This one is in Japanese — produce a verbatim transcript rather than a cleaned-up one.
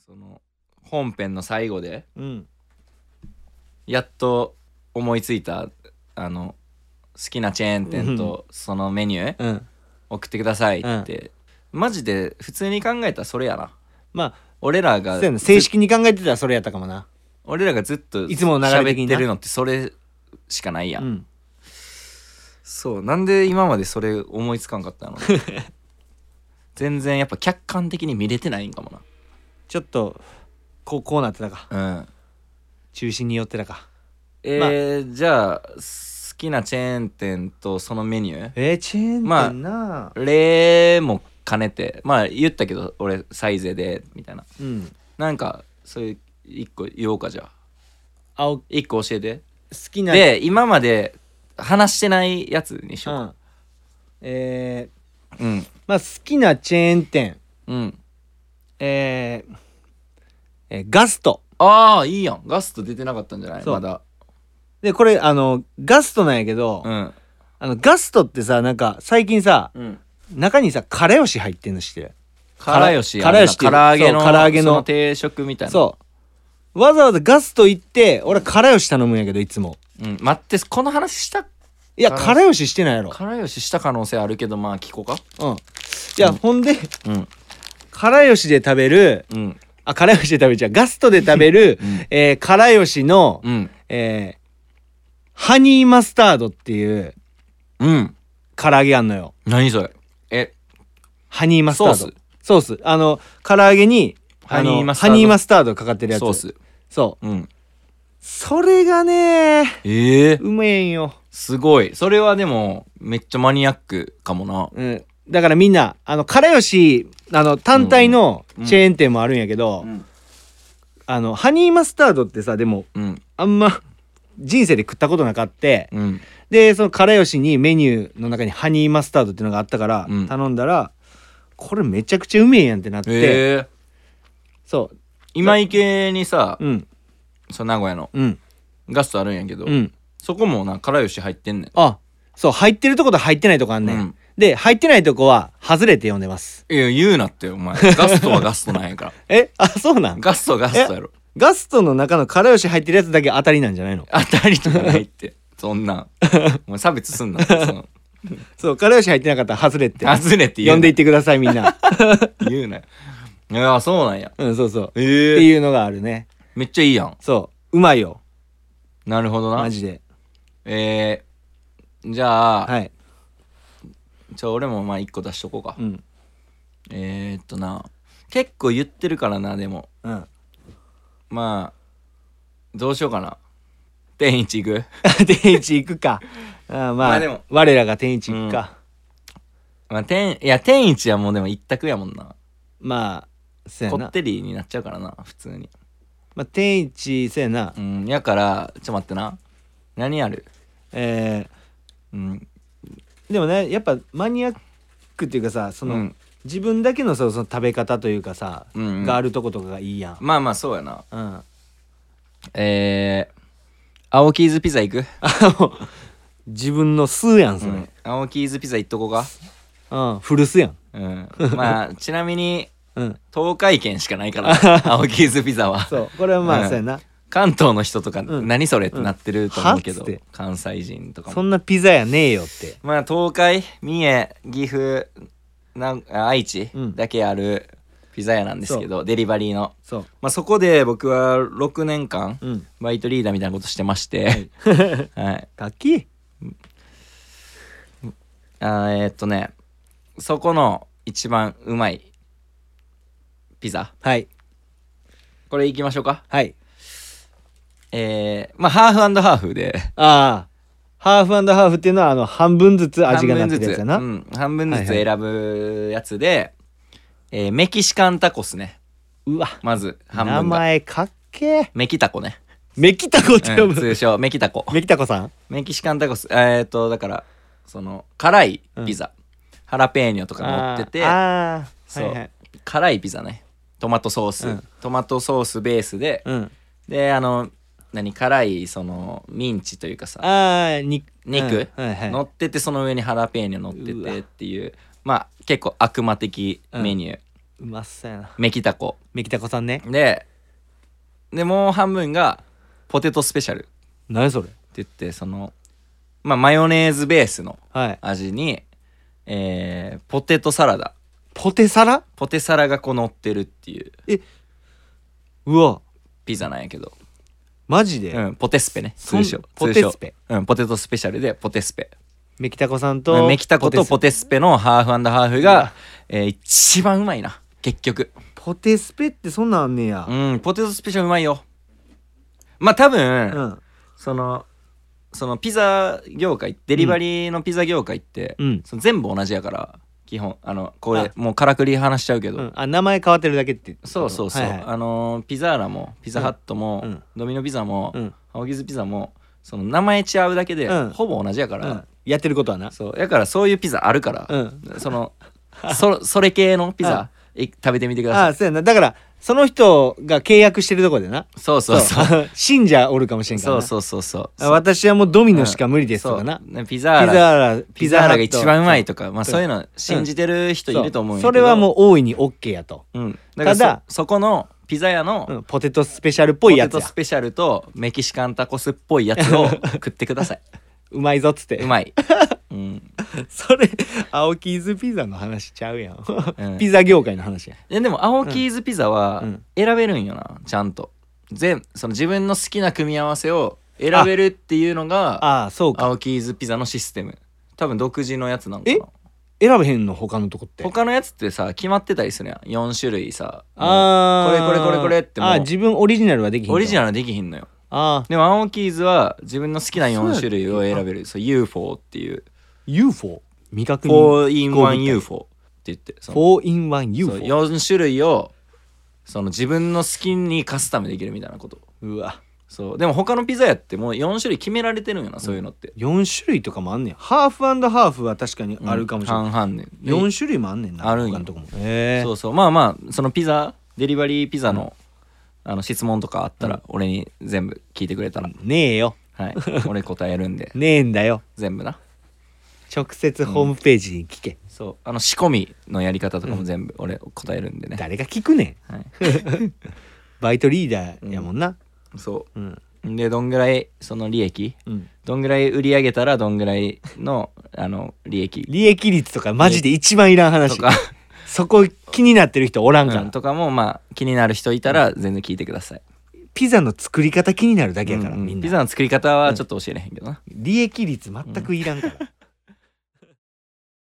その本編の最後でうんやっと思いついたあの好きなチェーン店とそのメニューうん送ってくださいって、マジで普通に考えたらそれやな。 まあ俺らがそうやな、正式に考えてたらそれやったかもな。 俺らがずっといつもの流れ的にな喋ってるのってそれしかないやん、 うん、 そうなんで今までそれ思いつかんかったの全然やっぱ客観的に見れてないんかもちょっとこうこうなってたか、 な。うん中心に寄ってたか。 えーじゃあ好きなチェーン店とそのメニューえー、チェーン店な、 例も兼ねてまあ言ったけど俺サイゼでみたいな、 うんなんかそういう一個言おうか。じゃああお好一個教えて。 きなで今まで話してないやつにしようか。 うん、えー、 うんまあ好きなチェーン店うんえー、えーガストああいいやん。ガスト出てなかったんじゃないそうまだ。 でこれあのガストなんやけど、 うんあのガストってさなんか最近さうん中にさからよし入ってんの知ってる？ からよしからよしっていう唐揚げのそう唐揚げのその定食みたいな。 そうわざわざガスト行って俺からよし頼むんやけどいつも。 う、ん、待ってこの話したいやからからよししてないやろ。 からよしした可能性あるけどまあ聞こうか。 うんいや、 うんほんでうんからよしで食べるうんあからよしで食べるじゃんガストで食べる、 うんえー、からよしの、 うんえー、ハニーマスタードっていううん唐揚げあんのよ。 何それ。えハニーマスタードソースソースあの唐揚げにあのハニーマスタードハニーマスタードかかってるやつ。 ソース。 そううんそれがねええうめえんよ。 すごい。それはでもめっちゃマニアックかもな。 うんだからみんなあのからよしあの単体のチェーン店もあるんやけど、 うんあのハニーマスタードってさでもうんあんま人生で食ったことなかってうんでそのからよしにメニューの中にハニーマスタードっていうのがあったからうん頼んだら、これめちゃくちゃうめえやんってなって、 ええそ今池にさううんそう名古屋のうんガストあるんやけど、 うんそこもなからよし入ってんねん。 あそう入ってるとこと入ってないとこあんねん、 うんで入ってないとこは外れて呼んでます。 いや言うなってお前ガストはガストなんやからえあそうなんガストはガストやろ。 ガストの中のからよし入ってるやつだけ当たりなんじゃないの？ 当たりとかないってそんなんお前差別すんなってそのそうからよし入ってなかったら外れって外れって言うな呼んでいってくださいみんな言うなよ。いやそうなんや。 うんそうそう、 ええっていうのがあるね。 めっちゃいいやん。 そううまいよなるほどな。 マジで。 えー、じゃあ、 はいじゃあ俺もまあ一個出しとこうか。 うんえー、っとな結構言ってるからな。でもうんまあどうしようかな。天一行く天一行くか。あまあ、 まあでも我らが天一行くか、 まあ天いや天一はもうでも一択やもんな。 まあそうやな。 こってりになっちゃうからな普通に。 まあ天一そうやな。 うんやからちょっと待ってな。何ある。 えうんー、でもねやっぱマニアックっていうかさその、 うん自分だけのそその食べ方というかさ、 うんうんがあるとことかがいいやん。 まあまあそうやな。 うんえー、青キーズピザ行く。 あもう自分の数やんそれ。 うん青キーズピザ行っとこうか。 うん、古巣やん。 うんまあちなみにうん東海圏しかないから青キーズピザは。 そうこれはまあ、 うんそうやな。 関東の人とかうん何それってなってると思うけど、 うんはっつって関西人とかそもんなピザやねえよって。 まあ東海三重岐阜なん愛知うんだけあるピザ屋なんですけど、デリバリーの、 そうまあ、そこで僕はろくねんかんうんバイトリーダーみたいなことしてまして、はいかっきい。 あーえーっとねそこの一番うまいピザはいこれいきましょうか。 はい。 えー、まあハーフ&ハーフでああハーフ&ハーフっていうのはあの半分ずつ味がなってるやつやな。 半分ずつ、うん、半分ずつはい選ぶやつで、えーメキシカンタコスね。 うわまず半名分が前かっけー。 メキタコね、 メキタコって呼うん、 ぶ、 通称メキタコ。 メキタコさん。 メキシカンタコスえー、っとだからその辛いピザ、ハラペーニョとか乗ってて、 あーあーそう、 はいはい辛いピザね。トマトソース、 うんトマトソースベースで、 うんであの何辛いそのミンチというかさああに肉、 うんはいはい乗っててその上にハラペーニョ乗ってうわてっていうまあ結構悪魔的メニュー、 うまそうやな。 メキタコメキタコさんね。 ででもう半分がポテトスペシャルって何それ。 言ってそのまあマヨネーズベースのはい。 味にえー、ポテトサラダポテサラ。 ポテサラがこう乗ってるっていううわピザなんやけど、 マジで、 うん、ポテスペねそん通称ポテスペ。 通称うん、ポテトスペシャルでポテスペメキタコさんとメキタコとポテスペのハーフ&ハーフうわが、えー、一番うまいな結局。 ポテスペってそんなんあんねや。 うんポテトスペシャルうまいよ。まあ多分、 うんそのそのピザ業界デリバリーのピザ業界って、 うんその全部同じやから基本あのこれあもうからくり話しちゃうけど、 うんあ名前変わってるだけってそうそうそう、 はいはいあのーピザーラもピザハットも、 うんドミノピザも、 うん青木ズピザもその名前違うだけで、 うんほぼ同じやから、 うんやってることはな。 そうやからそういうピザあるから、 うんそのそそれ系のピザい食べてみてください。 ああそうやな。だからその人が契約してるとこでな。 そうそうそうう信者おるかもしれんからな。 そうそうそうそうあ私はもうドミノしか無理ですとかな。 そうねピザーラピザーラピザーラが一番うまいととか、まあ、そういうの信じてる人いると思うんやけど、 それはもう大いに OK やと、 うん、だからそただそこのピザ屋のうん、ポテトスペシャルっぽいやつやポテトスペシャルとメキシカンタコスっぽいやつを食ってください。 うまいぞっつってうまい、うん、 それ青キーズピザの話ちゃうやん、 うんピザ業界の話や。 ででも青キーズピザはうん選べるんよなちゃんと全その自分の好きな組み合わせを選べるっていうのがああそうか。 青キーズピザのシステム多分独自のやつなのかえな。 選べへんの他のとこって。 他のやつってさ決まってたりするやんよん種類さあーこれこれこれこれってもうあー自分オリジナルはできひんと。 オリジナルできひんのよ。 ああでも青キーズは自分の好きなよん種類を選べるそう ユーフォー っていうユーフォー 未確認。 フォーインワン ユーフォー って言ってそのフォーインワン ユーフォー。 そうよん種類をその自分の好きにカスタムできるみたいなこと。 うわそうでも他のピザ屋ってもうよん種類決められてるんよな、そういうのってよん種類とかもあんねん。ハーフ&ハーフは確かにあるかもしれない、 うん半々ねよん種類もあんねんなあるんよ他のとこも。へえそうそうまあまあそのピザデリバリーピザの,、あの質問とかあったら俺に全部聞いてくれたら、 ねえよはい俺答えるんでねえんだよ。 全部な。 直接ホームページに聞け、 そうあの仕込みのやり方とかも全部俺答えるんでね、 誰が聞くねん。 はいバイトリーダーやもんな。 そうんうでどんぐらいその利益うん、 どんぐらい売り上げたらどんぐらいのあの利益利益率とかマジで一番いらんと話。 かそこ気になってる人おらんから、 うんとかもまあ気になる人いたら全然聞いてください。 ピザの作り方気になるだけやから、 うんうんみんなピザの作り方はちょっと教えれへんけどな、 利益率全くいらんから、